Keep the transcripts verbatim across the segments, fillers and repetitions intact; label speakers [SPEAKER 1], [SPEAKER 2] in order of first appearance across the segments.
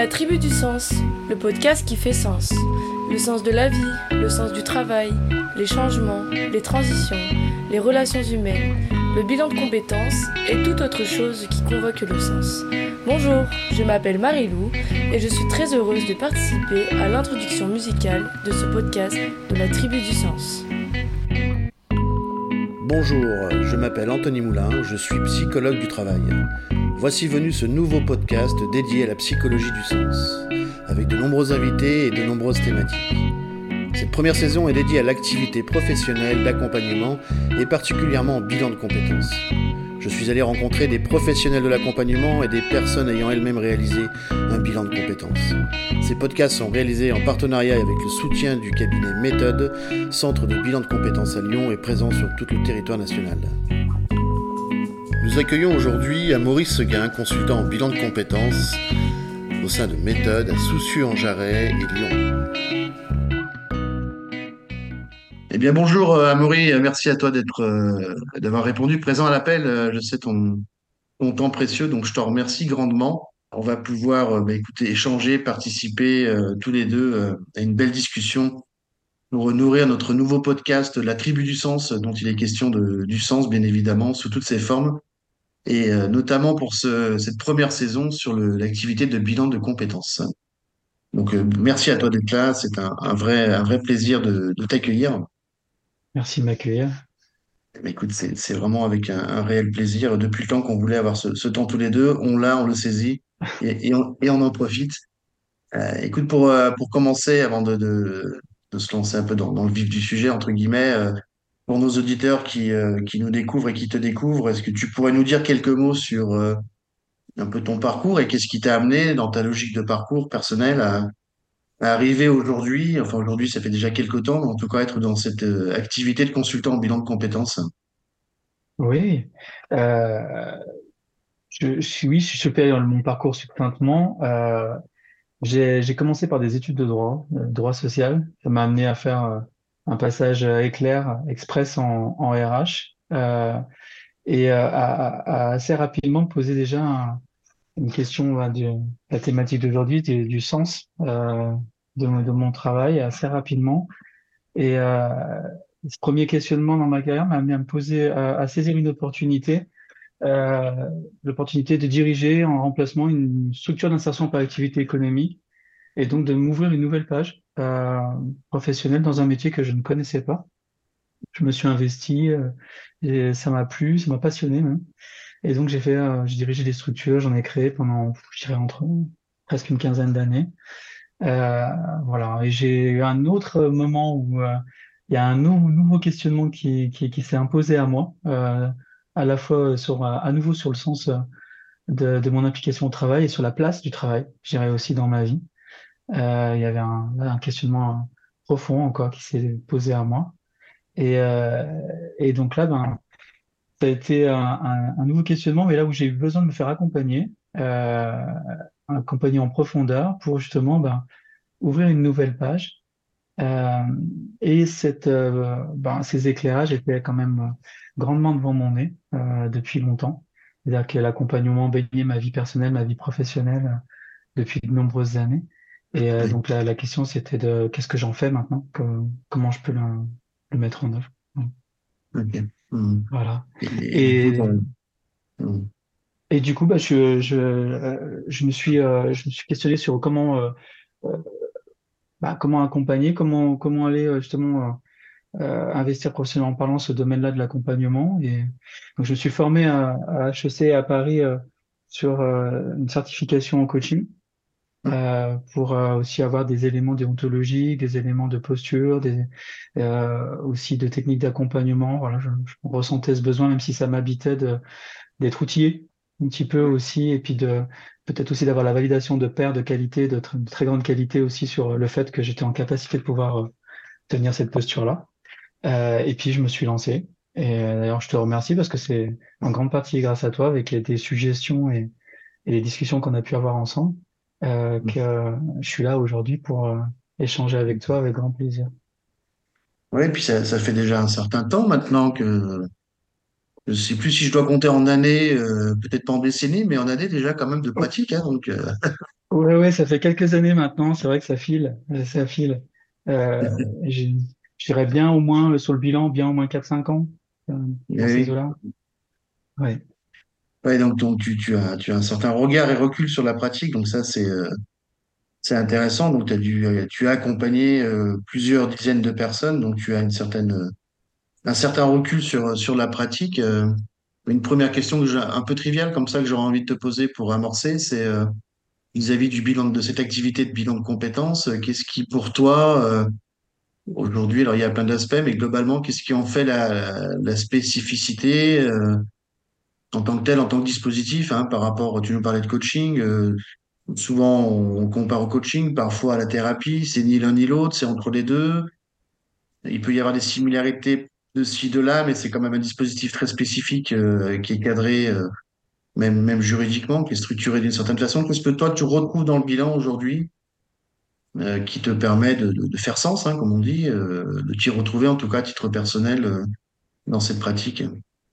[SPEAKER 1] La tribu du sens, le podcast qui fait sens. Le sens de la vie, le sens du travail, les changements, les transitions, les relations humaines, le bilan de compétences et toute autre chose qui convoque le sens. Bonjour, je m'appelle Marie-Lou et je suis très heureuse de participer à l'introduction musicale de ce podcast de la tribu du sens.
[SPEAKER 2] Bonjour, je m'appelle Anthony Moulin, je suis psychologue du travail. Voici venu ce nouveau podcast dédié à la psychologie du sens, avec de nombreux invités et de nombreuses thématiques. Cette première saison est dédiée à l'activité professionnelle d'accompagnement et particulièrement au bilan de compétences. Je suis allé rencontrer des professionnels de l'accompagnement et des personnes ayant elles-mêmes réalisé un bilan de compétences. Ces podcasts sont réalisés en partenariat avec le soutien du cabinet Méthode, centre de bilan de compétences à Lyon et présent sur tout le territoire national. Nous accueillons aujourd'hui Maurice Seguin, consultant en bilan de compétences au sein de Méthode à Soucieux-en-Jarret et Lyon. Eh bien bonjour euh, Amaury, merci à toi d'être, euh, d'avoir répondu présent à l'appel. Euh, Je sais ton, ton temps précieux, donc je te remercie grandement. On va pouvoir euh, bah, écouter, échanger, participer euh, tous les deux euh, à une belle discussion pour nourrir notre nouveau podcast, La Tribu du Sens, dont il est question de, du sens, bien évidemment, sous toutes ses formes, et euh, notamment pour ce, cette première saison sur le- l'activité de bilan de compétences. Donc euh, merci à toi d'être là, c'est un, un vrai, un vrai plaisir de, de t'accueillir.
[SPEAKER 3] Merci de m'accueillir.
[SPEAKER 2] Mais écoute, c'est, c'est vraiment avec un, un réel plaisir. Depuis le temps qu'on voulait avoir ce, ce temps tous les deux, on l'a, on le saisit et, et, on, et on en profite. Euh, écoute, pour, euh, pour commencer, avant de, de, de se lancer un peu dans, dans le vif du sujet, entre guillemets, euh, pour nos auditeurs qui, euh, qui nous découvrent et qui te découvrent, est-ce que tu pourrais nous dire quelques mots sur euh, un peu ton parcours et qu'est-ce qui t'a amené dans ta logique de parcours personnel à, à arriver aujourd'hui, enfin aujourd'hui ça fait déjà quelques temps, mais en tout cas être dans cette euh, activité de consultant en bilan de compétences?
[SPEAKER 3] Oui, euh, je, je suis, oui, je suis dans mon parcours succinctement. Euh, j'ai, j'ai commencé par des études de droit, euh, droit social. Ça m'a amené à faire euh, un passage euh, éclair, express en, en R H, euh, et euh, à, à- à assez rapidement poser déjà un- une question bah, de la thématique d'aujourd'hui, du, du sens euh, de, de mon travail, assez rapidement. Et euh, ce premier questionnement dans ma carrière m'a amené à me poser, à, à saisir une opportunité, euh, l'opportunité de diriger en remplacement une structure d'insertion par activité économique et donc de m'ouvrir une nouvelle page euh, professionnelle dans un métier que je ne connaissais pas. Je me suis investi euh, et ça m'a plu, ça m'a passionné même. Et donc j'ai fait, euh, j'ai dirigé des structures, j'en ai créé pendant, je dirais entre presque une quinzaine d'années. Euh, voilà. Et j'ai eu un autre moment où euh, il y a un nou- nouveau questionnement qui, qui, qui s'est imposé à moi, euh, à la fois sur, euh, à nouveau sur le sens euh, de, de mon implication au travail et sur la place du travail, je dirais aussi dans ma vie. Euh, il y avait un, un questionnement profond encore qui s'est posé à moi. Et, euh, et donc là, ben, ça a été un, un, un nouveau questionnement, mais là où j'ai eu besoin de me faire accompagner, euh, accompagner en profondeur pour justement ben, ouvrir une nouvelle page. Euh, et cette, euh, ben, ces éclairages étaient quand même euh, grandement devant mon nez euh, depuis longtemps. C'est-à-dire que l'accompagnement baignait ma vie personnelle, ma vie professionnelle euh, depuis de nombreuses années. Et euh,
[SPEAKER 2] Oui,
[SPEAKER 3] donc la, la question c'était de qu'est-ce que j'en fais maintenant, que- comment je peux le, le mettre en œuvre.
[SPEAKER 2] ok. Hmm.
[SPEAKER 3] Voilà.
[SPEAKER 2] Et, et du coup,
[SPEAKER 3] Et,
[SPEAKER 2] ton- hmm.
[SPEAKER 3] et du coup, bah, je, je, euh, je me suis, euh, je me suis questionné sur comment, euh, euh, bah, comment accompagner, comment, comment aller euh, justement euh, investir professionnellement en parlant ce domaine-là de l'accompagnement. Et donc, je me suis formé à, à H E C à Paris euh, sur euh, une certification en coaching euh, pour euh, aussi avoir des éléments déontologiques, des éléments de posture, des, euh, aussi de techniques d'accompagnement. Voilà, je, je ressentais ce besoin, même si ça m'habitait de, d'être outillé un petit peu aussi, et puis de peut-être aussi d'avoir la validation de pairs de qualité, de, tr- de très grande qualité aussi sur le fait que j'étais en capacité de pouvoir euh, tenir cette posture-là. Euh, et puis je me suis lancé. Et euh, d'ailleurs, je te remercie parce que c'est en grande partie grâce à toi, avec les, tes suggestions et, et les discussions qu'on a pu avoir ensemble, euh, que euh, je suis là aujourd'hui pour euh, échanger avec toi avec grand plaisir.
[SPEAKER 2] Ouais, puis ça, ça fait déjà un certain temps maintenant que je sais plus si je dois compter en années, euh, peut-être pas en décennies, mais en années déjà quand même de pratique, hein, donc euh,
[SPEAKER 3] Ouais, ouais, ça fait quelques années maintenant. C'est vrai que ça file, euh, ça file. Euh, j'ai- je dirais bien au moins euh, sur le bilan, bien au moins quatre cinq ans euh,
[SPEAKER 2] Eh
[SPEAKER 3] dans ces
[SPEAKER 2] oui.
[SPEAKER 3] eaux-là. Ouais.
[SPEAKER 2] Ouais, donc, donc tu, tu as, tu as un certain regard et recul sur la pratique, donc ça c'est euh, c'est intéressant. Donc tu as dû, euh, tu as accompagné euh, plusieurs dizaines de personnes, donc tu as une certaine, euh, un certain recul sur, sur la pratique. Euh, une première question que j'ai- un peu triviale comme ça que j'aurais envie de te poser pour amorcer, c'est euh, vis-à-vis du bilan de cette activité de bilan de compétences, euh, qu'est-ce qui pour toi euh, aujourd'hui, alors il y a plein d'aspects, mais globalement, qu'est-ce qui en fait la, la spécificité euh, en tant que tel, en tant que dispositif, hein, par rapport, tu nous parlais de coaching, euh, souvent on compare au coaching, parfois à la thérapie, c'est ni l'un ni l'autre, c'est entre les deux. Il peut y avoir des similarités de ci, de là, mais c'est quand même un dispositif très spécifique euh, qui est cadré, euh, même, même juridiquement, qui est structuré d'une certaine façon. Qu'est-ce que toi tu retrouves dans le bilan aujourd'hui euh, qui te permet de, de, de faire sens, hein, comme on dit, euh, de t'y retrouver en tout cas à titre personnel euh, dans cette pratique?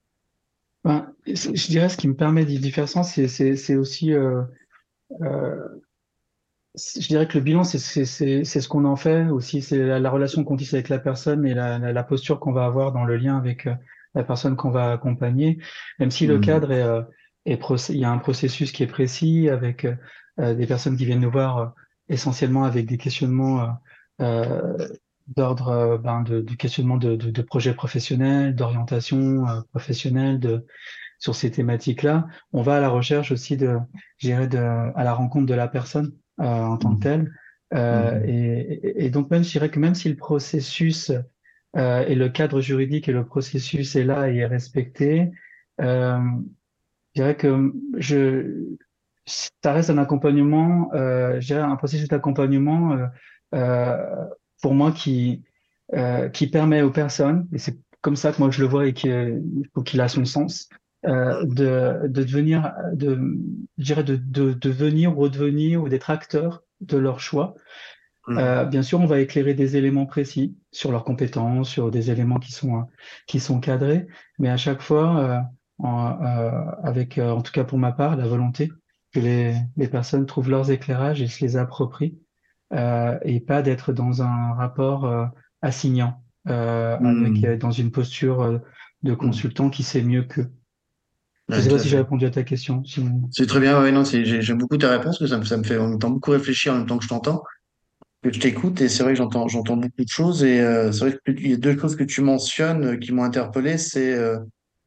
[SPEAKER 3] Ben, c'est- je dirais ce qui me permet d'y d'y faire sens, c'est c'est- c'est aussi, euh, euh, c'est- je dirais que le bilan, c'est c'est- c'est- c'est ce qu'on en fait aussi, c'est la, la relation qu'on tisse avec la personne et la, la, la posture qu'on va avoir dans le lien avec euh, la personne qu'on va accompagner. Même si le
[SPEAKER 2] Hmm.
[SPEAKER 3] cadre est, euh, est procé- il y a un processus qui est précis avec euh, euh, des personnes qui viennent nous voir euh, essentiellement avec des questionnements euh, euh, d'ordre euh, ben, de, du questionnement de, de, de projets professionnels, d'orientation euh, professionnelle, de, sur ces thématiques-là. On va à la recherche aussi de, je dirais, de, à la rencontre de la personne euh, en tant que
[SPEAKER 2] Hmm.
[SPEAKER 3] telle. Euh,
[SPEAKER 2] Hmm.
[SPEAKER 3] et, et- et donc même, je dirais que même si le processus euh, et le cadre juridique et le processus est là et est respecté, euh, je dirais que je, ça reste un accompagnement, euh, je dirais un processus d'accompagnement euh, euh, pour moi qui, euh, qui permet aux personnes, et c'est comme ça que moi je le vois et qu'il faut qu'il a son sens, euh, de, de devenir, de, je dirais de, de, de devenir ou redevenir ou d'être acteur de leur choix.
[SPEAKER 2] Hmm.
[SPEAKER 3] Euh, bien sûr, on va éclairer des éléments précis sur leurs compétences, sur des éléments qui sont, euh, qui sont cadrés, mais à chaque fois, euh, en, euh, avec, euh, en tout cas pour ma part, la volonté que les, les personnes trouvent leurs éclairages et se les approprient, euh, et pas d'être dans un rapport euh, assignant, euh, avec,
[SPEAKER 2] Hmm.
[SPEAKER 3] euh, dans une posture euh, de
[SPEAKER 2] Hmm.
[SPEAKER 3] consultant qui sait mieux qu'eux. Je
[SPEAKER 2] Ouais,
[SPEAKER 3] sais
[SPEAKER 2] tout
[SPEAKER 3] pas
[SPEAKER 2] à
[SPEAKER 3] si j'ai
[SPEAKER 2] fait.
[SPEAKER 3] répondu à ta question. Si...
[SPEAKER 2] C'est très bien, ouais, non, c'est, j'ai- j'aime beaucoup ta réponse, que ça me, ça me fait en même temps beaucoup réfléchir en même temps que je t'entends, que je t'écoute, et c'est vrai que j'entends, j'entends beaucoup de choses, et euh, c'est vrai qu'il y a deux choses que tu mentionnes euh, qui m'ont interpellé, c'est, euh,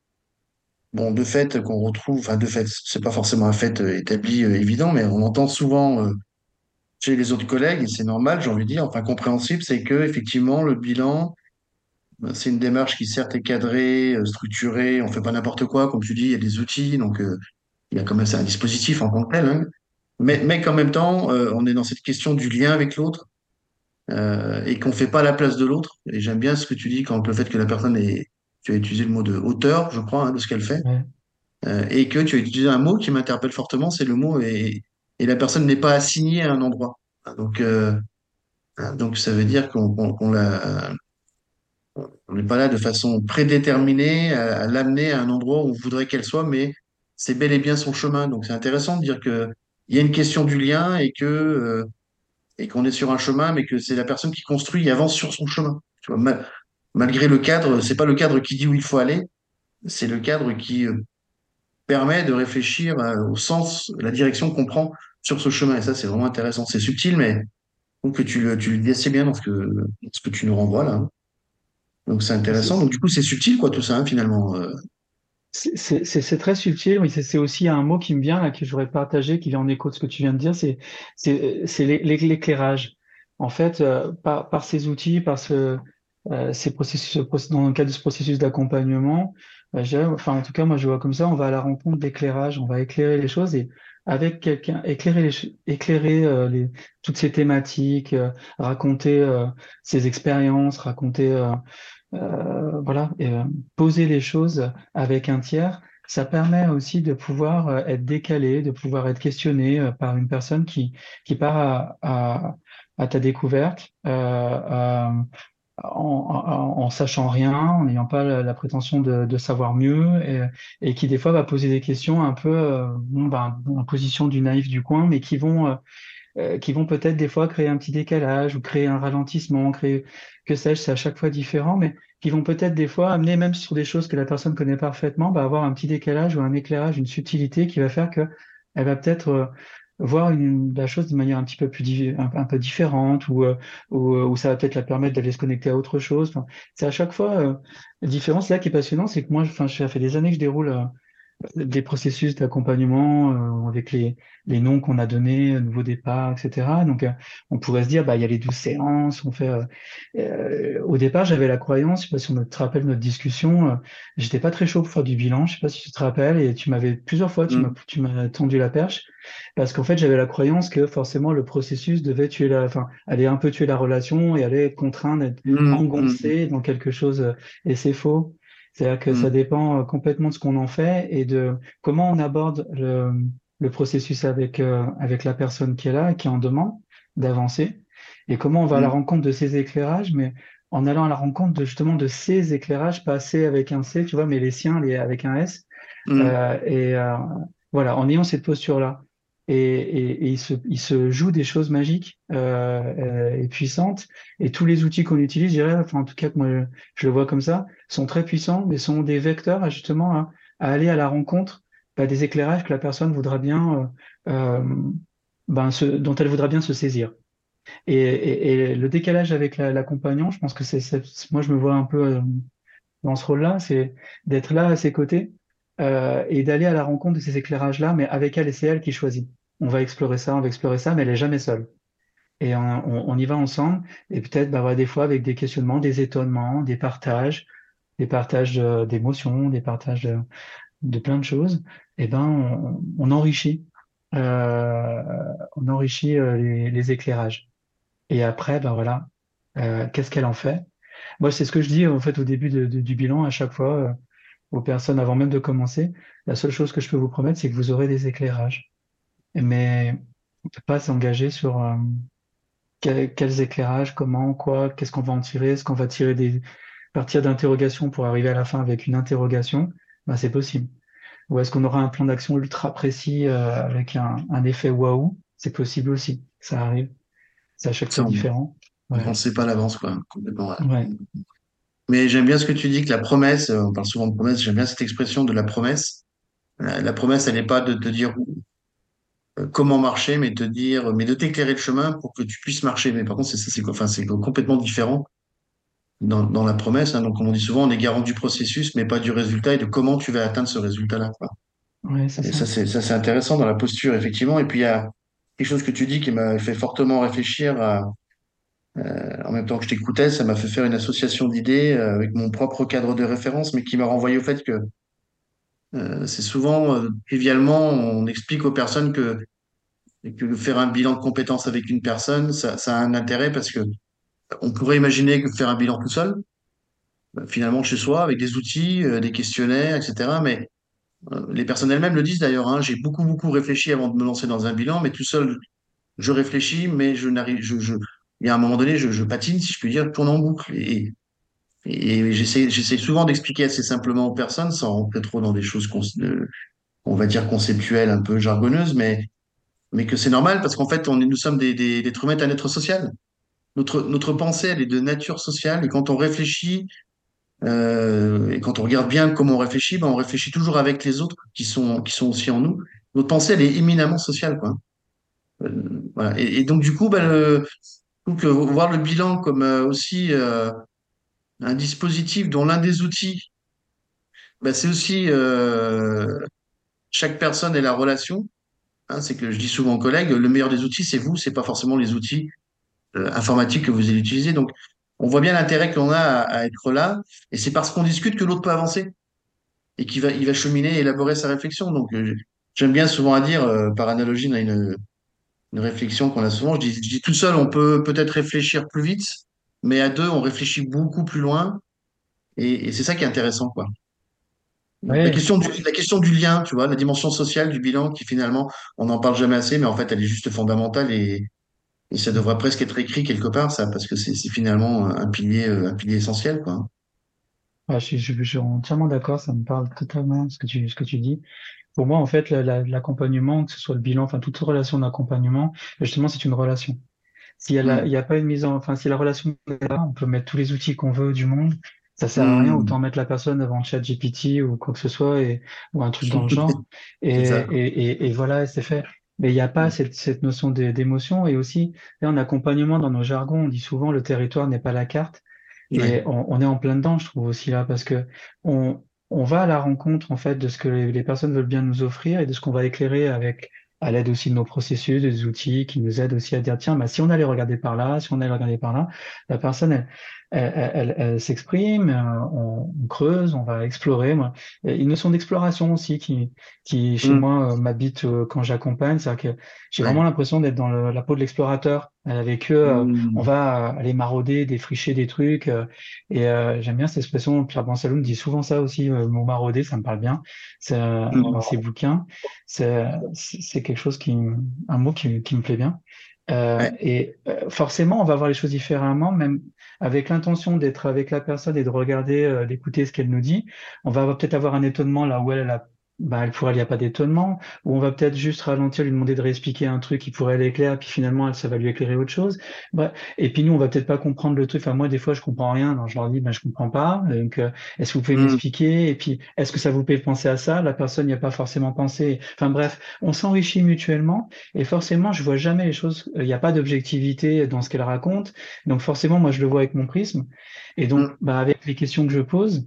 [SPEAKER 2] bon, de fait qu'on retrouve, enfin, de fait, c'est pas forcément un fait euh, établi, euh, évident, mais on entend souvent euh, chez les autres collègues, et c'est normal, j'ai envie de dire, enfin, compréhensible, c'est que, effectivement, le bilan, ben, c'est une démarche qui certes est cadrée, euh, structurée, on fait pas n'importe quoi, comme tu dis, il y a des outils, donc euh, il y a quand même, c'est un dispositif en tant que tel, hein. Mais, mais qu'en même temps, euh, on est dans cette question du lien avec l'autre euh, et qu'on fait pas la place de l'autre. Et j'aime bien ce que tu dis quand le fait que la personne est, tu as utilisé le mot de hauteur, je crois, hein, de ce qu'elle fait,
[SPEAKER 3] Ouais.
[SPEAKER 2] euh, et que tu as utilisé un mot qui m'interpelle fortement, c'est le mot et, et la personne n'est pas assignée à un endroit. Donc, euh, donc ça veut dire qu'on qu'on, qu'on la, on n'est pas là de façon prédéterminée à, à l'amener à un endroit où on voudrait qu'elle soit, mais c'est bel et bien son chemin. Donc c'est intéressant de dire que il y a une question du lien et que euh, et qu'on est sur un chemin, mais que c'est la personne qui construit et avance sur son chemin. Tu vois, ma- malgré le cadre, c'est pas le cadre qui dit où il faut aller, c'est le cadre qui euh, permet de réfléchir euh, au sens, la direction qu'on prend sur ce chemin. Et ça, c'est vraiment intéressant. C'est subtil, mais je trouve que tu, le- tu le dis assez bien dans ce que, dans ce que tu nous renvoies là, hein. Donc c'est intéressant. Donc du coup, c'est subtil, quoi, tout ça, hein, finalement. Euh,
[SPEAKER 3] C'est c'est- c'est- c'est très subtil, mais c'est c'est aussi un mot qui me vient, là, que je voudrais partager, qui vient en écho de ce que tu viens de dire, c'est c'est c'est l'é- l'é- l'éclairage. En fait, euh, par, par ces outils, par ce, euh, ces processus, ce process- dans le cadre de ce processus d'accompagnement, euh, je dirais, enfin, en tout cas, moi, je vois comme ça, on va à la rencontre d'éclairage, on va éclairer les choses et avec quelqu'un, éclairer les, ch- éclairer euh, les, toutes ces thématiques, euh, raconter euh, ses expériences, raconter euh, euh, voilà, et, euh, poser les choses avec un tiers, ça permet aussi de pouvoir euh, être décalé, de pouvoir être questionné euh, par une personne qui, qui part à, à, à ta découverte, euh, à, en, en, en sachant rien, en n'ayant pas la, la prétention de, de savoir mieux, et, et qui des fois va poser des questions un peu euh, bon, ben, en position du naïf du coin, mais qui vont euh, euh, qui vont peut-être des fois créer un petit décalage ou créer un ralentissement, créer, que sais-je, c'est à chaque fois différent, mais qui vont peut-être des fois amener, même sur des choses que la personne connaît parfaitement, bah, avoir un petit décalage ou un éclairage, une subtilité qui va faire que elle va peut-être euh, voir une, la chose d'une manière un petit peu plus di- un, un peu différente ou, euh, ou, euh, ou ça va peut-être la permettre d'aller se connecter à autre chose. Enfin, c'est à chaque fois euh, la différence là qui est passionnant, c'est que moi, enfin, ça fait des années que je déroule euh, des processus d'accompagnement euh, avec les, les noms qu'on a donnés, euh, nouveau départ, et cetera. Donc, euh, on pourrait se dire, bah, il y a les douze séances, on fait. Euh, euh, au départ, j'avais la croyance, je sais pas si on te rappelle notre discussion, euh, j'étais pas très chaud pour faire du bilan, je sais pas si tu te rappelles, et tu m'avais plusieurs fois, tu m'as
[SPEAKER 2] Mm.
[SPEAKER 3] tu m'as tendu la perche, parce qu'en fait, j'avais la croyance que forcément le processus devait tuer la, enfin, aller un peu tuer la relation et aller être contraint d'être
[SPEAKER 2] Mm, mm,
[SPEAKER 3] engoncé dans quelque chose, euh, et c'est faux. C'est-à-dire que ça
[SPEAKER 2] mm,
[SPEAKER 3] dépend euh, complètement de ce qu'on en fait et de comment on aborde le, le processus avec, euh, avec la personne qui est là et qui en demande d'avancer et comment on va à la
[SPEAKER 2] mm,
[SPEAKER 3] rencontre de ces éclairages, mais en allant à la rencontre de justement de ces éclairages, pas C avec un C, tu vois, mais les siens, les, avec un S.
[SPEAKER 2] mm,
[SPEAKER 3] Euh, et euh, voilà, en ayant cette posture-là. Et, et, et il se, il se joue des choses magiques euh, euh, et puissantes. Et tous les outils qu'on utilise, je dirais, enfin en tout cas que moi je, je le vois comme ça, sont très puissants, mais sont des vecteurs à, justement à, à aller à la rencontre bah, des éclairages que la personne voudra bien, euh, euh, ben, se- dont elle voudra bien se saisir. Et, et, et le décalage avec la- l'accompagnant, je pense que c'est, c'est- moi je me vois un peu euh, dans ce rôle-là, c'est d'être là à ses côtés euh, et d'aller à la rencontre de ces éclairages-là, mais avec elle et c'est elle qui choisit. On va explorer ça, on va explorer ça, mais elle est jamais seule. Et on, on- on y va ensemble, et peut-être bah, ouais, des fois avec des questionnements, des étonnements, des partages, des partages euh, d'émotions, des partages de, de plein de choses, et ben on, on enrichit, euh, on enrichit euh, les, les éclairages. Et après, ben voilà, euh, qu'est-ce qu'elle en fait? Moi, c'est ce que je dis en fait au début de- de- du bilan à chaque fois euh, aux personnes avant même de commencer. La seule chose que je peux vous promettre, c'est que vous aurez des éclairages. Mais on ne peut pas s'engager sur euh, quel- quels éclairages, comment, quoi, qu'est-ce qu'on va en tirer, est-ce qu'on va tirer des partir d'interrogations pour arriver à la fin avec une interrogation? Ben, c'est possible. Ou est-ce qu'on aura un plan d'action ultra précis euh, avec un, un effet waouh? C'est possible aussi. Ça arrive. C'est à chaque
[SPEAKER 2] Ça,
[SPEAKER 3] fois
[SPEAKER 2] on
[SPEAKER 3] différent.
[SPEAKER 2] ne
[SPEAKER 3] Ouais.
[SPEAKER 2] sait pas à l'avance, quoi. Complètement,
[SPEAKER 3] Ouais.
[SPEAKER 2] ouais. Mais j'aime bien ce que tu dis, que la promesse, euh, on parle souvent de promesse, j'aime bien cette expression de la promesse. La, la promesse, elle n'est pas de te dire euh, comment marcher, mais de te dire, mais de t'éclairer le chemin pour que tu puisses marcher. Mais par contre, c'est ça, c'est quoi? Enfin, c'est complètement différent dans, dans la promesse, hein. Donc, comme on dit souvent, on est garant du processus, mais pas du résultat et de comment tu vas atteindre ce résultat-là, quoi.
[SPEAKER 3] Ouais, c'est
[SPEAKER 2] Et
[SPEAKER 3] ça.
[SPEAKER 2] ça, c'est, ça, c'est intéressant dans la posture, effectivement. Et puis, il y a quelque chose que tu dis qui m'a fait fortement réfléchir à, en même temps que je t'écoutais, ça m'a fait faire une association d'idées euh, avec mon propre cadre de référence, mais qui m'a renvoyé au fait que euh, c'est souvent, euh, trivialement, on explique aux personnes que, que faire un bilan de compétences avec une personne, ça, ça a un intérêt parce que on pourrait imaginer que faire un bilan tout seul, euh, finalement chez soi, avec des outils, euh, des questionnaires, et cetera. Mais euh, les personnes elles-mêmes le disent d'ailleurs, hein, j'ai beaucoup, beaucoup réfléchi avant de me lancer dans un bilan, mais tout seul, je réfléchis, mais je n'arrive, je, je, il y a un moment donné, je, je patine, si je puis dire, je tourne en boucle. Et, et j'essaie, j'essaie souvent d'expliquer assez simplement aux personnes, sans rentrer trop dans des choses, cons- de- on va dire conceptuelles, un peu jargonneuses, mais, mais que c'est normal parce qu'en fait, on est, nous sommes des, des, des êtres humains, un être social. Notre, notre pensée, elle est de nature sociale, et quand on réfléchit, euh, et quand on regarde bien comment on réfléchit, ben, on réfléchit toujours avec les autres qui sont, qui sont aussi en nous. Notre pensée, elle est éminemment sociale, quoi. Euh, voilà. Et, et donc, du coup, ben, le, je trouve que voir le bilan comme euh, aussi euh, un dispositif dont l'un des outils, ben, c'est aussi euh, chaque personne et la relation. Hein, c'est que je dis souvent aux collègues, le meilleur des outils, c'est vous, c'est pas forcément les outils euh, informatiques que vous allez utiliser. Donc, on voit bien l'intérêt qu'on a à, à être là, et c'est parce qu'on discute que l'autre peut avancer et qu'il va, il va cheminer et élaborer sa réflexion. Donc, euh, j'aime bien souvent à dire, euh, par analogie, on a une, une réflexion qu'on a souvent. Je dis, je dis tout seul, on peut peut-être réfléchir plus vite, mais à deux, on réfléchit beaucoup plus loin, et, et c'est ça qui est intéressant, quoi. La
[SPEAKER 3] Ouais,
[SPEAKER 2] question du, la question du lien, tu vois, la dimension sociale du bilan qui finalement, on n'en parle jamais assez, mais en fait, elle est juste fondamentale et, Et ça devrait presque être écrit quelque part, ça, parce que c'est c'est finalement un pilier, euh, un pilier essentiel, quoi.
[SPEAKER 3] Ouais, je, suis je, je suis entièrement d'accord, ça me parle totalement ce que tu, ce que tu dis. Pour moi, en fait, la- la- l'accompagnement, que ce soit le bilan, enfin toute relation d'accompagnement, justement, c'est une relation. S'il y a la- il
[SPEAKER 2] Mm.
[SPEAKER 3] y a pas une mise en, enfin si la relation est là, on peut mettre tous les outils qu'on veut du monde, ça sert à rien,
[SPEAKER 2] Mm.
[SPEAKER 3] autant mettre la personne devant ChatGPT ou quoi que ce soit et ou un truc dans le genre. Et
[SPEAKER 2] C'est ça.
[SPEAKER 3] et et, et voilà, et c'est fait. Mais il n'y a pas
[SPEAKER 2] Mm.
[SPEAKER 3] cette cette notion d'é- d'émotion et aussi là, en accompagnement dans nos jargons, on dit souvent le territoire n'est pas la carte. Et
[SPEAKER 2] Ouais.
[SPEAKER 3] on, on est en plein dedans, je trouve aussi là, parce que on, on va à la rencontre en fait de ce que les, les personnes veulent bien nous offrir et de ce qu'on va éclairer avec à l'aide aussi de nos processus, des outils qui nous aident aussi à dire tiens, bah, si on allait regarder par là, si on allait regarder par là, la personne elle, elle, elle, elle- elle s'exprime, euh, on, on creuse, on va explorer. Moi. Et une notion d'exploration aussi qui, qui chez
[SPEAKER 2] Mm.
[SPEAKER 3] moi euh, m'habite euh, quand j'accompagne, c'est-à-dire que j'ai vraiment
[SPEAKER 2] Ouais.
[SPEAKER 3] l'impression d'être dans le- la peau de l'explorateur. Avec eux, euh, on
[SPEAKER 2] Mm.
[SPEAKER 3] va euh, aller marauder, défricher des trucs. euh, et euh, j'aime bien cette expression. Pierre Bansaloun dit souvent ça aussi, euh, le mot marauder, ça me parle bien. C'est euh, dans
[SPEAKER 2] Mm.
[SPEAKER 3] ses bouquins. C'est c'est c'est quelque chose qui, me- un mot qui, qui me plaît bien. Euh,
[SPEAKER 2] Ouais.
[SPEAKER 3] et euh, forcément, on va voir les choses différemment, même avec l'intention d'être avec la personne et de regarder, euh, d'écouter ce qu'elle nous dit. On va peut-être avoir un étonnement là où elle, elle a, bah, elle pour elle, il n'y a pas d'étonnement, ou on va peut-être juste ralentir, lui demander de réexpliquer un truc qui pourrait l'éclairer, puis finalement, elle, ça va lui éclairer autre chose. Bref. Et puis nous, on va peut-être pas comprendre le truc. Enfin, moi, des fois, je comprends rien. Alors, je leur dis, ben, je comprends pas. Donc, euh, est-ce que vous pouvez
[SPEAKER 2] Mm.
[SPEAKER 3] m'expliquer? Et puis, est-ce que ça vous fait penser à ça? La personne n'y a pas forcément pensé. Enfin, bref, on s'enrichit mutuellement. Et forcément, je vois jamais les choses. Il n'y a pas d'objectivité dans ce qu'elle raconte. Donc, forcément, moi, je le vois avec mon prisme. Et donc,
[SPEAKER 2] Mm.
[SPEAKER 3] bah, avec les questions que je pose,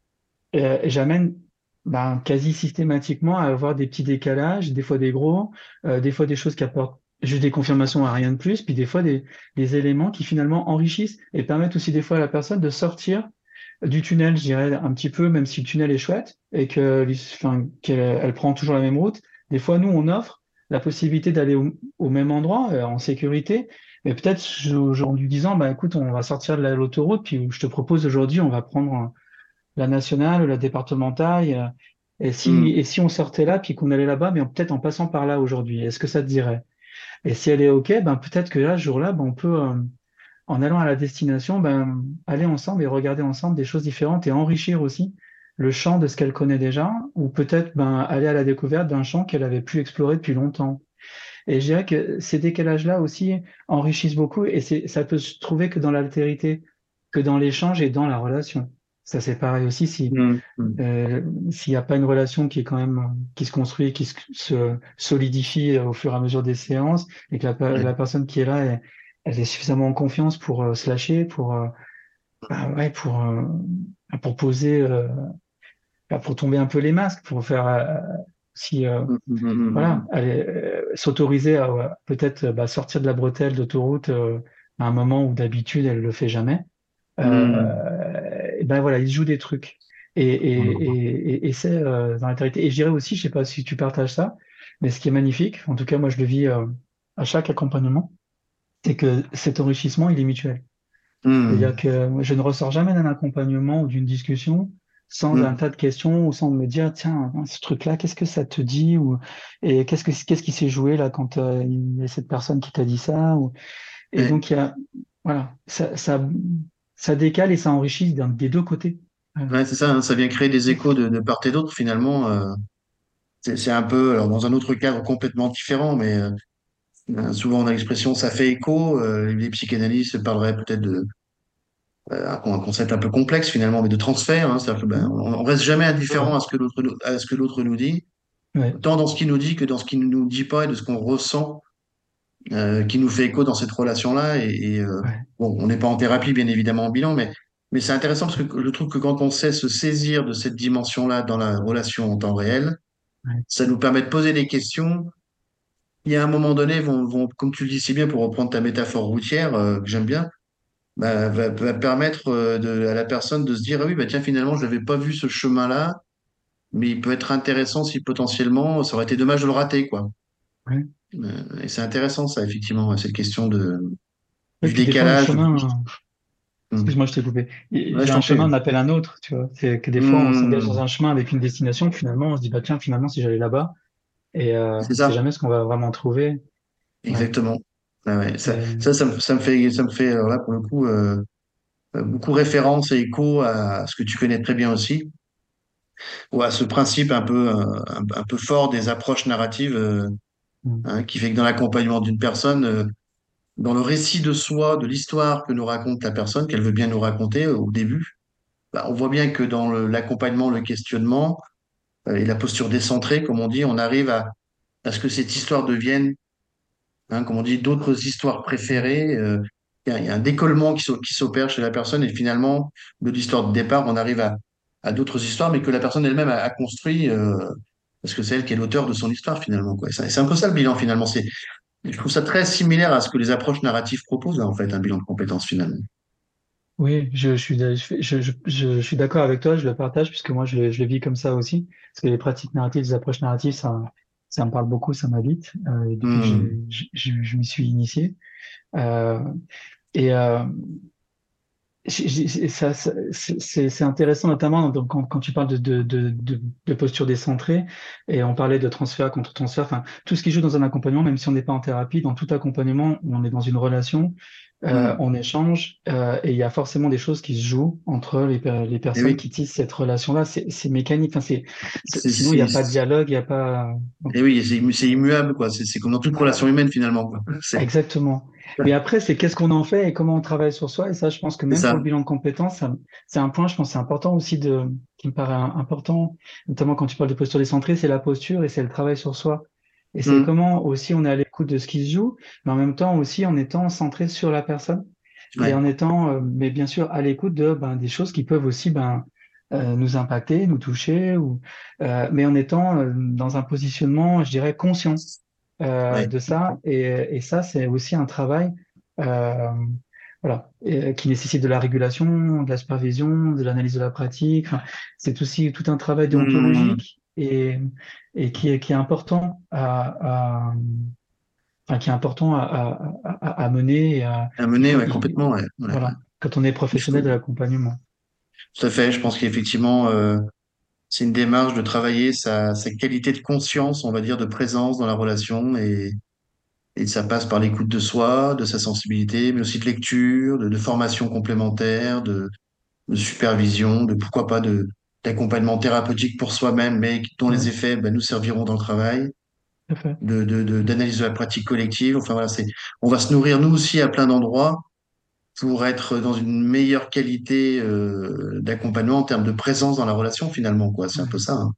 [SPEAKER 3] euh, j'amène bah, quasi systématiquement à avoir des petits décalages, des fois des gros, euh, des fois des choses qui apportent juste des confirmations à rien de plus, puis des fois des, des éléments qui finalement enrichissent et permettent aussi des fois à la personne de sortir du tunnel, je dirais un petit peu, même si le tunnel est chouette et que, enfin, qu'elle elle prend toujours la même route. Des fois, nous, on offre la possibilité d'aller au, au même endroit euh, en sécurité. Mais peut-être aujourd'hui disant, bah écoute, on va sortir de la- l'autoroute, puis je te propose aujourd'hui, on va prendre la nationale ou la départementale. euh, Et si,
[SPEAKER 2] Mm.
[SPEAKER 3] et si on sortait là, puis qu'on allait là-bas, mais en- peut-être en passant par là aujourd'hui, est-ce que ça te dirait? Et si elle est OK, ben peut-être que là, ce jour-là, ben, on peut, euh, en allant à la destination, ben, aller ensemble et regarder ensemble des choses différentes et enrichir aussi le champ de ce qu'elle connaît déjà, ou peut-être ben, aller à la découverte d'un champ qu'elle avait pu explorer depuis longtemps. Et je dirais que ces décalages-là aussi enrichissent beaucoup et c'est, ça peut se trouver que dans l'altérité, que dans l'échange et dans la relation. Ça, c'est pareil aussi si
[SPEAKER 2] Mm. Mm.
[SPEAKER 3] euh, s'il n'y a pas une relation qui est quand même qui se construit, qui se, se solidifie au fur et à mesure des séances, et que la, pe-
[SPEAKER 2] Ouais.
[SPEAKER 3] la personne qui est là, elle, elle est suffisamment en confiance pour euh, se lâcher, pour euh, bah ouais, pour euh, pour poser, euh, bah, pour tomber un peu les masques, pour faire euh, si euh,
[SPEAKER 2] Mm. Mm.
[SPEAKER 3] voilà,
[SPEAKER 2] Mm.
[SPEAKER 3] aller, euh, s'autoriser à ouais, peut-être euh, bah, sortir de la bretelle d'autoroute euh, à un moment où d'habitude elle le fait jamais.
[SPEAKER 2] Mm.
[SPEAKER 3] Euh, et ben voilà, il joue des trucs. Et, et, et, et, et c'est euh, dans la vérité. Et je dirais aussi, je sais pas si tu partages ça, mais ce qui est magnifique, en tout cas moi je le vis euh, à chaque accompagnement, c'est que cet enrichissement, il est mutuel. C'est-à-dire
[SPEAKER 2] Mm.
[SPEAKER 3] que je ne ressors jamais d'un accompagnement ou d'une discussion sans un
[SPEAKER 2] Mm.
[SPEAKER 3] tas de questions ou sans me dire, tiens, ce truc-là, qu'est-ce que ça te dit ou, et qu'est-ce que, qu'est-ce qui s'est joué là quand euh, il y a cette personne qui t'a dit ça ou, et
[SPEAKER 2] Ouais.
[SPEAKER 3] donc il y a, voilà, ça, ça, ça décale et ça enrichit d'un- des deux côtés. Ouais.
[SPEAKER 2] Ouais, c'est ça, hein, ça vient créer des échos de, de part et d'autre finalement. euh, c'est c'est un peu, alors dans un autre cadre complètement différent, mais euh, euh, souvent on a l'expression ça fait écho. Euh, les psychanalystes parleraient peut-être de euh, un, un concept un peu complexe finalement, mais de transfert. Hein, c'est-à-dire que ben,
[SPEAKER 3] Mhm.
[SPEAKER 2] on, on reste jamais
[SPEAKER 3] C'est vrai.
[SPEAKER 2] indifférent à ce que l'autre nous- à ce que l'autre nous dit,
[SPEAKER 3] Ouais,
[SPEAKER 2] tant dans ce qu'il nous dit que dans ce qu'il ne nous dit pas et de ce qu'on ressent, euh, qui nous fait écho dans cette relation-là. Et, et, euh,
[SPEAKER 3] ouais,
[SPEAKER 2] bon, on n'est pas en thérapie bien évidemment en bilan, mais mais c'est intéressant parce que je trouve que quand on sait se saisir de cette dimension-là dans la relation en temps réel,
[SPEAKER 3] ouais,
[SPEAKER 2] ça nous permet de poser des questions qui, à un moment donné, vont, vont, comme tu le dis si bien, pour reprendre ta métaphore routière, euh, que j'aime bien, bah, va, va permettre euh, de, à la personne de se dire, ah oui, bah tiens, finalement, je n'avais pas vu ce chemin-là, mais il peut être intéressant si potentiellement, ça aurait été dommage de le rater, quoi.
[SPEAKER 3] ouais.
[SPEAKER 2] Euh, et c'est intéressant, ça, effectivement, ouais, cette question de,
[SPEAKER 3] Et
[SPEAKER 2] du
[SPEAKER 3] puis des fois, un
[SPEAKER 2] décalage.
[SPEAKER 3] chemin,
[SPEAKER 2] Hum.
[SPEAKER 3] excuse-moi, je t'ai coupé. Et-
[SPEAKER 2] Ouais, je
[SPEAKER 3] Un
[SPEAKER 2] t'en prie.
[SPEAKER 3] chemin on appelle un autre, tu vois. C'est que des fois, on s'engage dans
[SPEAKER 2] Hum.
[SPEAKER 3] un chemin avec une destination, que finalement, on se dit, bah tiens, finalement, si j'allais là-bas, et euh,
[SPEAKER 2] C'est
[SPEAKER 3] c'est
[SPEAKER 2] ça,
[SPEAKER 3] jamais ce qu'on va vraiment trouver. Ouais,
[SPEAKER 2] exactement. Ah ouais, ça,
[SPEAKER 3] Et,
[SPEAKER 2] ça, ça me, ça me fait, ça me fait alors là pour le coup euh, euh, beaucoup référence et écho à ce que tu connais très bien aussi, ou à ce principe un peu, euh, un, un peu fort des approches narratives, euh,
[SPEAKER 3] mm,
[SPEAKER 2] hein, qui fait que dans l'accompagnement d'une personne, euh, dans le récit de soi, de l'histoire que nous raconte la personne, qu'elle veut bien nous raconter euh, au début, bah, on voit bien que dans le- l'accompagnement, le questionnement euh, et la posture décentrée, comme on dit, on arrive à, à ce que cette histoire devienne, hein, comme on dit, d'autres histoires préférées. euh, Il y a, il y a un décollement qui s'o- qui s'opère chez la personne et finalement, de l'histoire de départ, on arrive à, à d'autres histoires, mais que la personne elle-même a, a construit, euh, parce que c'est elle qui est l'auteur de son histoire finalement, quoi. Et C'est c'est un peu ça le bilan finalement. C'est, je trouve ça très similaire à ce que les approches narratives proposent, hein, en fait, un bilan de compétences finalement.
[SPEAKER 3] oui, je, je suis, d'a- je, je, je, je suis d'accord avec toi, je le partage, puisque moi, je, le- je le vis comme ça aussi. Parce que les pratiques narratives, les approches narratives, ça, ça me parle beaucoup, ça m'habite, euh, depuis que
[SPEAKER 2] Hmm.
[SPEAKER 3] j'ai- je, je, je m'y suis initié. Euh, et, euh, J'ai- j'ai- ça- ça- C'est c'est- c'est intéressant, notamment donc, quand, quand tu parles de, de, de, de, de posture décentrée, et on parlait de transfert contre transfert, enfin, tout ce qui joue dans un accompagnement, même si on n'est pas en thérapie, dans tout accompagnement, on est dans une relation, euh,
[SPEAKER 2] Hmm.
[SPEAKER 3] on échange, euh, et il y a forcément des choses qui se jouent entre les, per- les
[SPEAKER 2] Et
[SPEAKER 3] personnes
[SPEAKER 2] oui,
[SPEAKER 3] qui tissent cette relation-là. C'est c'est mécanique, enfin, c'est, c'est-
[SPEAKER 2] c'est,
[SPEAKER 3] sinon il n'y a pas de
[SPEAKER 2] c'est,
[SPEAKER 3] dialogue, il n'y a pas.
[SPEAKER 2] et oui, c'est immu- c'est immuable, quoi. C'est c'est comme dans toute relation humaine finalement, quoi. C'est
[SPEAKER 3] Exactement. Mais après, c'est qu'est-ce qu'on en fait et comment on travaille sur soi. Et ça, je pense que
[SPEAKER 2] c'est
[SPEAKER 3] même pour
[SPEAKER 2] ça.
[SPEAKER 3] le bilan de compétences, ça- c'est un point, je pense, c'est important aussi de, qui me paraît un- important, notamment quand tu parles de posture décentrée, c'est la posture et c'est le travail sur soi. Et c'est
[SPEAKER 2] Hmm.
[SPEAKER 3] comment aussi on est à l'écoute de ce qui se joue, mais en même temps aussi en étant centré sur la personne et
[SPEAKER 2] Ouais.
[SPEAKER 3] en étant, euh, mais bien sûr, à l'écoute de ben, des choses qui peuvent aussi ben, euh, nous impacter, nous toucher, ou, euh, mais en étant euh, dans un positionnement, je dirais, conscient euh,
[SPEAKER 2] Ouais.
[SPEAKER 3] de ça. Et, et ça, c'est aussi un travail euh, voilà, et, qui nécessite de la régulation, de la supervision, de l'analyse de la pratique. Enfin, c'est aussi tout un travail
[SPEAKER 2] Hmm.
[SPEAKER 3] déontologique et, et qui est, qui est important à, à- enfin, qui est important à, à, à, à mener. Et à,
[SPEAKER 2] À
[SPEAKER 3] il
[SPEAKER 2] mener,
[SPEAKER 3] faut,
[SPEAKER 2] ouais,
[SPEAKER 3] il-
[SPEAKER 2] complètement, ouais. Ouais, ouais.
[SPEAKER 3] voilà, quand on est
[SPEAKER 2] Il faut,
[SPEAKER 3] professionnel de l'accompagnement.
[SPEAKER 2] tout à fait. Je pense qu'effectivement, euh, c'est une démarche de travailler sa, sa qualité de conscience, on va dire, de présence dans la relation et, et ça passe par l'écoute de soi, de sa sensibilité, mais aussi de lecture, de, de formation complémentaire, de, de supervision, de pourquoi pas de d'accompagnement thérapeutique pour soi-même, mais dont les
[SPEAKER 3] Ouais,
[SPEAKER 2] effets ben, nous serviront dans le travail,
[SPEAKER 3] tout à fait.
[SPEAKER 2] de, de, de- d'analyse de la pratique collective. Enfin voilà, c'est, on va se nourrir nous aussi à plein d'endroits pour être dans une meilleure qualité euh, d'accompagnement en termes de présence dans la relation finalement, quoi. C'est un peu
[SPEAKER 3] Ouais.
[SPEAKER 2] ça, hein.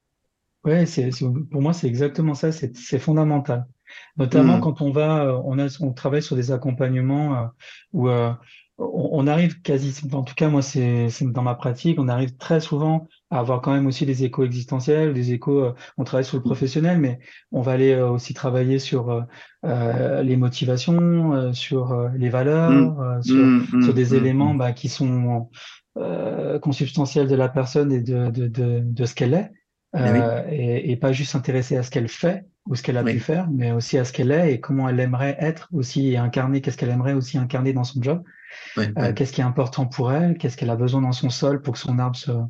[SPEAKER 3] Ouais, c'est, c'est- pour moi, c'est exactement ça, c'est c'est fondamental. Notamment
[SPEAKER 2] Hmm.
[SPEAKER 3] quand on va, euh, on a, on travaille sur des accompagnements euh, où euh, on, on arrive quasi, en tout cas moi c'est c'est dans ma pratique, on arrive très souvent à avoir quand même aussi des échos existentiels, des échos, euh, on travaille sur le professionnel, mais on va aller euh, aussi travailler sur euh, euh, les motivations, euh, sur euh, les
[SPEAKER 2] Hmm.
[SPEAKER 3] valeurs, euh, sur,
[SPEAKER 2] Hmm.
[SPEAKER 3] sur
[SPEAKER 2] Hmm.
[SPEAKER 3] des
[SPEAKER 2] Hmm.
[SPEAKER 3] éléments
[SPEAKER 2] Hmm.
[SPEAKER 3] bah, qui sont euh, consubstantiels de la personne et de, de, de, de ce qu'elle est
[SPEAKER 2] Eh oui,
[SPEAKER 3] euh, et, et pas juste s'intéresser à ce qu'elle fait ou ce qu'elle a pu
[SPEAKER 2] oui,
[SPEAKER 3] faire, mais aussi à ce qu'elle est et comment elle aimerait être aussi et incarner, qu'est-ce qu'elle aimerait aussi incarner dans son job,
[SPEAKER 2] ouais,
[SPEAKER 3] euh,
[SPEAKER 2] ouais.
[SPEAKER 3] qu'est-ce qui est important pour elle, qu'est-ce qu'elle a besoin dans son sol pour que son arbre se,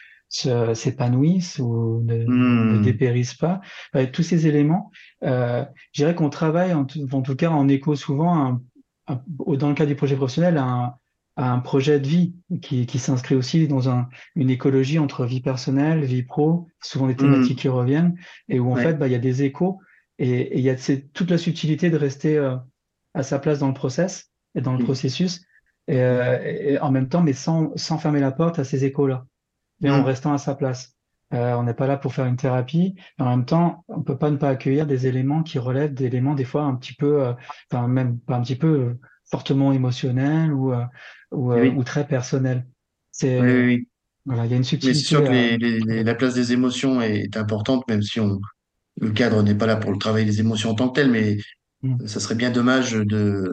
[SPEAKER 3] se- s'épanouisse ou ne, ne, ne
[SPEAKER 2] Hmm.
[SPEAKER 3] dépérisse pas. Ouais, tous ces éléments, euh, je dirais qu'on travaille en tout, en tout cas en écho souvent, à un- à- au- dans le cas du projet professionnel, à un, à un projet de vie qui, qui s'inscrit aussi dans un, une écologie entre vie personnelle, vie pro, souvent des
[SPEAKER 2] Hmm.
[SPEAKER 3] thématiques qui reviennent, et où en fait,
[SPEAKER 2] Ouais.
[SPEAKER 3] bah, il y a des échos et, et il y a c'est toute la subtilité de rester euh, à sa place dans le process et dans le
[SPEAKER 2] Hmm.
[SPEAKER 3] processus, et, euh, et en même temps, mais sans, sans fermer la porte à ces échos-là mais en
[SPEAKER 2] Hmm.
[SPEAKER 3] restant à sa place. Euh, on n'est pas là pour faire une thérapie, mais en même temps, on peut pas ne pas accueillir des éléments qui relèvent d'éléments des fois un petit peu, euh, enfin même pas un petit peu euh, fortement émotionnels ou euh, ou,
[SPEAKER 2] Eh
[SPEAKER 3] euh, ou
[SPEAKER 2] oui,
[SPEAKER 3] très personnels.
[SPEAKER 2] oui, oui,
[SPEAKER 3] C'est
[SPEAKER 2] oui.
[SPEAKER 3] voilà, il y a une
[SPEAKER 2] Mais c'est sûr
[SPEAKER 3] subtilité
[SPEAKER 2] que
[SPEAKER 3] à,
[SPEAKER 2] les, les,
[SPEAKER 3] à
[SPEAKER 2] les- la
[SPEAKER 3] donner.
[SPEAKER 2] place des émotions est importante, même si on, le cadre n'est pas là pour le travail des émotions en tant que tel, mais
[SPEAKER 3] Mm.
[SPEAKER 2] ça serait bien dommage de,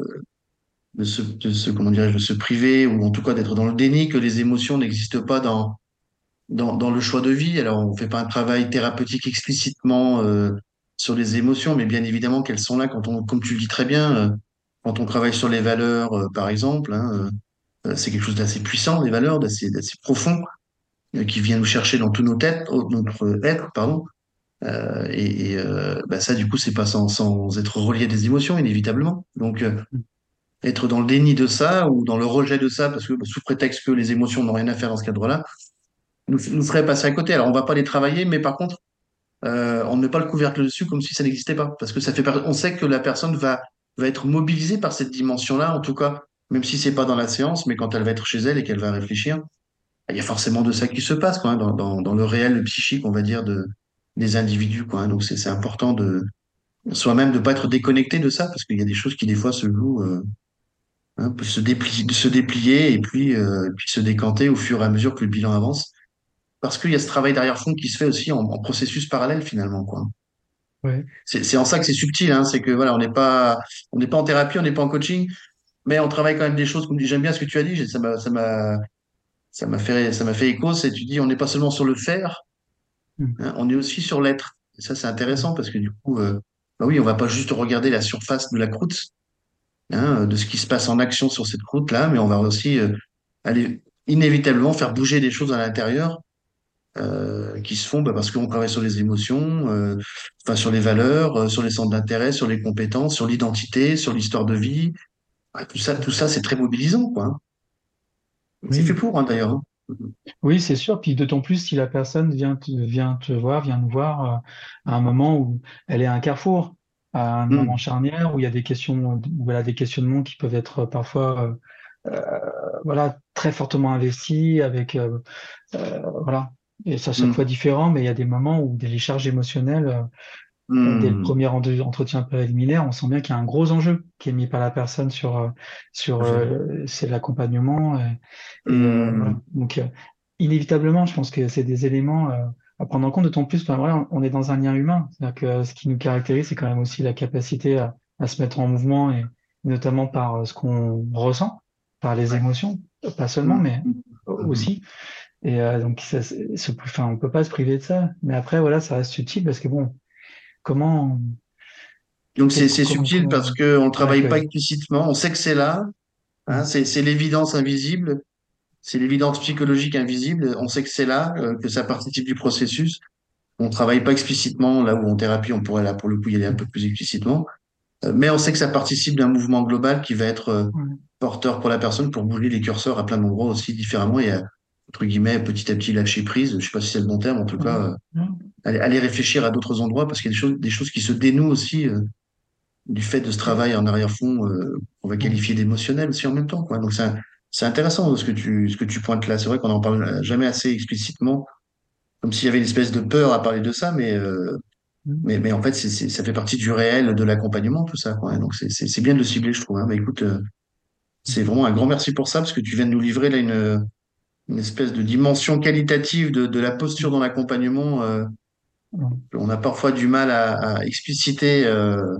[SPEAKER 2] de se, de se, comment dirais-je, de se priver, ou en tout cas d'être dans le déni que les émotions n'existent pas dans, dans, dans le choix de vie. Alors, on fait pas un travail thérapeutique explicitement euh, sur les émotions, mais bien évidemment qu'elles sont là quand on, comme tu le dis très bien, euh, quand on travaille sur les valeurs, euh, par exemple, hein, euh, c'est quelque chose d'assez puissant, les valeurs, d'assez, d'assez profond, euh, qui vient nous chercher dans tous nos têtes, euh, notre être, pardon. Euh, et et, euh, bah, ça, du coup, c'est pas sans, sans être relié à des émotions, inévitablement. Donc, euh, être dans le déni de ça ou dans le rejet de ça, parce que bah, sous prétexte que les émotions n'ont rien à faire dans ce cadre-là, nous, nous ferait passer à côté. Alors, on va pas les travailler, mais par contre, euh, on ne met pas le couvercle dessus comme si ça n'existait pas, parce que ça fait, par- on sait que la personne va va être mobilisée par cette dimension-là, en tout cas, même si c'est pas dans la séance, mais quand elle va être chez elle et qu'elle va réfléchir, il y a forcément de ça qui se passe, quoi, hein, dans, dans, dans le réel psychique, on va dire, de des individus, quoi, hein. Donc c'est c'est important de soi-même de pas être déconnecté de ça, parce qu'il y a des choses qui des fois se jouent, euh, hein, peuvent se déplier, se déplier et puis euh, et puis se décanter au fur et à mesure que le bilan avance, parce qu'il y a ce travail derrière-fond qui se fait aussi en, en processus parallèle finalement, quoi.
[SPEAKER 3] Ouais,
[SPEAKER 2] C'est c'est en ça que c'est subtil, hein, c'est que voilà, on n'est pas on n'est pas en thérapie, on n'est pas en coaching, mais on travaille quand même des choses. Comme dit, j'aime bien ce que tu as dit, j'ai- ça m'a ça m'a ça m'a fait ça m'a fait écho. C'est tu dis on n'est pas seulement sur le faire,
[SPEAKER 3] mm,
[SPEAKER 2] hein, on est aussi sur l'être. Et ça c'est
[SPEAKER 3] ouais,
[SPEAKER 2] intéressant parce que du coup, euh, bah oui, on va pas juste regarder la surface de la croûte, hein, de ce qui se passe en action sur cette croûte-là, mais on va aussi euh, aller inévitablement faire bouger des choses à l'intérieur euh, qui se font bah, parce qu'on travaille sur les émotions, euh, enfin sur les valeurs, euh, sur les centres d'intérêt, sur les compétences, sur l'identité, sur l'histoire de vie. Ouais, tout ça, tout ça, c'est très mobilisant, quoi, hein. C'est fait
[SPEAKER 3] oui.
[SPEAKER 2] pour, hein, d'ailleurs, hein.
[SPEAKER 3] Oui, c'est sûr. Puis d'autant plus si la personne vient te, vient te voir, vient nous voir euh, à un moment où elle est à un carrefour, à un moment
[SPEAKER 2] Hum,
[SPEAKER 3] charnière où il y a des questions, où elle a des questionnements qui peuvent être parfois, euh, euh, voilà, très fortement investis avec, euh, euh, voilà. Et c'est à chaque fois
[SPEAKER 2] hum,
[SPEAKER 3] différent, mais il y a des moments où des charges émotionnelles, euh, euh, dès le
[SPEAKER 2] hum.
[SPEAKER 3] premier ent- entretien préliminaire, on sent bien qu'il y a un gros enjeu qui est mis par la personne sur, euh,
[SPEAKER 2] Tout
[SPEAKER 3] sur
[SPEAKER 2] à fait.
[SPEAKER 3] euh, c'est l'accompagnement. Et, et, euh, voilà.
[SPEAKER 2] Hum,
[SPEAKER 3] Donc, euh, inévitablement, je pense que c'est des éléments euh, à prendre en compte, d'autant plus, ben, voilà, on est dans un lien humain. C'est-à-dire que ce qui nous caractérise, c'est quand même aussi la capacité à, à se mettre en mouvement, et notamment par euh, ce qu'on ressent, par les
[SPEAKER 2] ouais.
[SPEAKER 3] émotions, pas seulement,
[SPEAKER 2] Hum,
[SPEAKER 3] mais
[SPEAKER 2] hum, hum.
[SPEAKER 3] aussi. Et euh, donc, ça, c'est- c'est- enfin, on peut pas se priver de ça. Mais après, voilà, ça reste utile parce que bon, comment
[SPEAKER 2] Donc c'est
[SPEAKER 3] quel-
[SPEAKER 2] c'est
[SPEAKER 3] comment,
[SPEAKER 2] subtil
[SPEAKER 3] comment
[SPEAKER 2] parce que on ne
[SPEAKER 3] on
[SPEAKER 2] travaille pas
[SPEAKER 3] l'accueille.
[SPEAKER 2] explicitement, on sait que c'est là, hein,
[SPEAKER 3] Mm.
[SPEAKER 2] c'est c'est l'évidence invisible, c'est l'évidence psychologique invisible, on sait que c'est là, euh, que ça participe du processus. On travaille pas explicitement là où en thérapie on pourrait là pour le coup y aller un peu
[SPEAKER 3] Mm.
[SPEAKER 2] plus explicitement. Euh, Mais on sait que ça participe d'un mouvement global qui va être euh,
[SPEAKER 3] Ouais.
[SPEAKER 2] porteur pour la personne pour bouger les curseurs à plein d'endroits aussi différemment et à, entre guillemets petit à petit lâcher prise. Je sais pas si c'est le bon terme, en tout
[SPEAKER 3] Ouais.
[SPEAKER 2] cas, euh,
[SPEAKER 3] Ouais.
[SPEAKER 2] aller, aller réfléchir à d'autres endroits parce qu'il y a des choses, des choses qui se dénouent aussi euh, du fait de ce travail en arrière-fond euh, qu'on va
[SPEAKER 3] Mm.
[SPEAKER 2] qualifier d'émotionnel aussi en même temps, quoi. Donc c'est c'est intéressant ce que tu ce que tu pointes là. C'est vrai qu'on en parle jamais assez explicitement, comme s'il y avait une espèce de peur à parler de ça, mais euh,
[SPEAKER 3] Mm.
[SPEAKER 2] mais, mais en fait, c'est, c'est- ça fait partie du réel, de l'accompagnement, tout ça, quoi. Donc, c'est, c'est, c'est bien de le cibler, je trouve, hein. Mais écoute, euh, c'est
[SPEAKER 3] Mm.
[SPEAKER 2] vraiment un grand merci pour ça, parce que tu viens de nous livrer là une, une espèce de dimension qualitative de, de la posture dans l'accompagnement. Euh,
[SPEAKER 3] Mm.
[SPEAKER 2] on a parfois du mal à, à expliciter euh,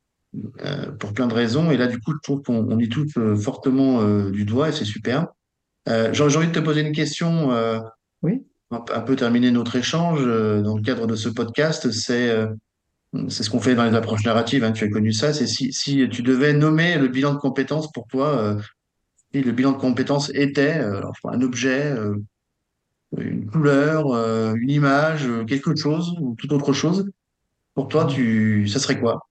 [SPEAKER 2] euh, pour plein de raisons. Et là, du coup, je trouve qu'on on y touche euh, fortement euh, du doigt et c'est super. Euh, j'ai j'ai envie de te poser une question, euh,
[SPEAKER 3] Oui.
[SPEAKER 2] un, peu un peu terminer notre échange euh, dans le cadre de ce podcast. C'est euh, C'est ce qu'on fait dans les approches narratives, hein, tu as connu ça. C'est si, si tu devais nommer le bilan de compétences pour toi, euh, si le bilan de compétences était euh, alors, un objet, euh, une couleur, euh, une image, euh, quelque chose ou toute autre chose, pour toi,
[SPEAKER 3] Mm.
[SPEAKER 2] tu, ça serait quoi?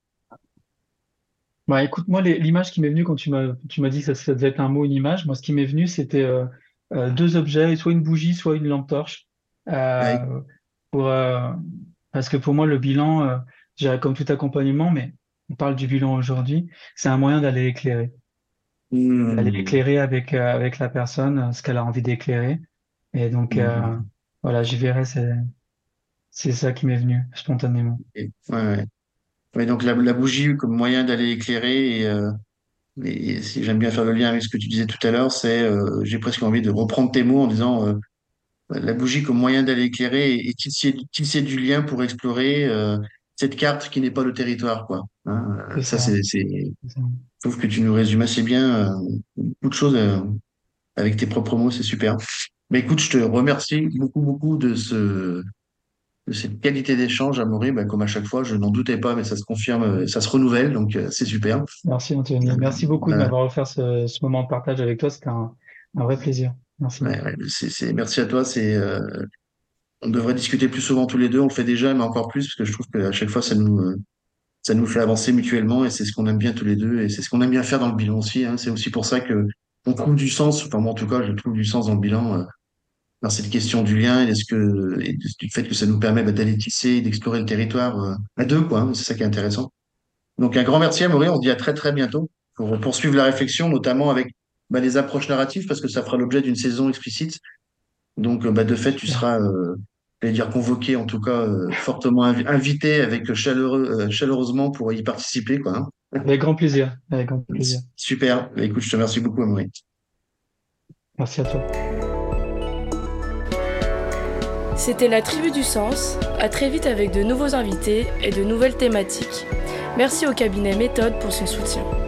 [SPEAKER 3] Bah, écoute, moi, les- l'image qui m'est venue quand tu m'as tu m'as dit que ça, ça devait être un mot, une image, moi, ce qui m'est venu, c'était euh, euh, deux objets, soit une bougie, soit une lampe torche.
[SPEAKER 2] Ouais.
[SPEAKER 3] Euh, pour, euh, Parce que pour moi, le bilan, euh, je dirais comme tout accompagnement, mais on parle du bilan aujourd'hui, c'est un moyen d'aller éclairer. D'aller
[SPEAKER 2] Hmm.
[SPEAKER 3] éclairer avec, euh, avec la personne euh, ce qu'elle a envie d'éclairer. Et donc, euh,
[SPEAKER 2] Hmm.
[SPEAKER 3] voilà, j'y verrai, c'est, c'est ça qui m'est venu spontanément.
[SPEAKER 2] Et- ouais, ouais. Ouais, donc la, la bougie comme moyen d'aller éclairer et, euh, et si j'aime bien faire le lien avec ce que tu disais tout à l'heure, c'est euh, j'ai presque envie de reprendre tes mots en disant euh, la bougie comme moyen d'aller éclairer et, et tisser, tisser du lien pour explorer euh, cette carte qui n'est pas le territoire, quoi. Hein, euh,
[SPEAKER 3] C'est
[SPEAKER 2] ça,
[SPEAKER 3] ça.
[SPEAKER 2] c'est, c'est, je
[SPEAKER 3] C'est ça.
[SPEAKER 2] trouve que tu nous résumes assez bien euh, beaucoup de choses euh, avec tes propres mots, c'est super. Mais écoute, je te remercie beaucoup, beaucoup de ce, de cette qualité d'échange, Amaury. Ben, comme à chaque fois, je n'en doutais pas, mais ça se confirme, euh, ça se renouvelle, donc euh, c'est super.
[SPEAKER 3] Merci Anthony. Merci beaucoup de
[SPEAKER 2] Voilà.
[SPEAKER 3] m'avoir offert ce, ce moment de partage avec toi. C'était un, un vrai plaisir. Merci.
[SPEAKER 2] Ouais, ouais, c'est, c'est, merci à toi. C'est, euh, on devrait discuter plus souvent tous les deux. On le fait déjà, mais encore plus, parce que je trouve qu'à chaque fois, ça nous, euh, ça nous fait avancer mutuellement et c'est ce qu'on aime bien tous les deux et c'est ce qu'on aime bien faire dans le bilan aussi, hein. C'est aussi pour ça que on trouve du sens, enfin moi en tout cas je trouve du sens dans le bilan, euh, dans cette question du lien et, de ce que, et du fait que ça nous permet bah, d'aller tisser et d'explorer le territoire euh, à deux, quoi, hein. C'est ça qui est intéressant. Donc un grand merci à Amaury, on se dit à très très bientôt pour poursuivre la réflexion, notamment avec bah, les approches narratives parce que ça fera l'objet d'une saison explicite. Donc, euh, bah, de fait, tu
[SPEAKER 3] Super.
[SPEAKER 2] seras, euh, je vais dire convoqué, en tout cas, euh, fortement invi- invité avec chaleureux, euh, chaleureusement pour y participer, quoi, hein.
[SPEAKER 3] Avec grand plaisir. Avec grand plaisir.
[SPEAKER 2] Super. Bah, écoute, je te remercie beaucoup, Amaury.
[SPEAKER 3] Merci à toi.
[SPEAKER 1] C'était la Tribu du Sens. À très vite avec de nouveaux invités et de nouvelles thématiques. Merci au cabinet Méthode pour son soutien.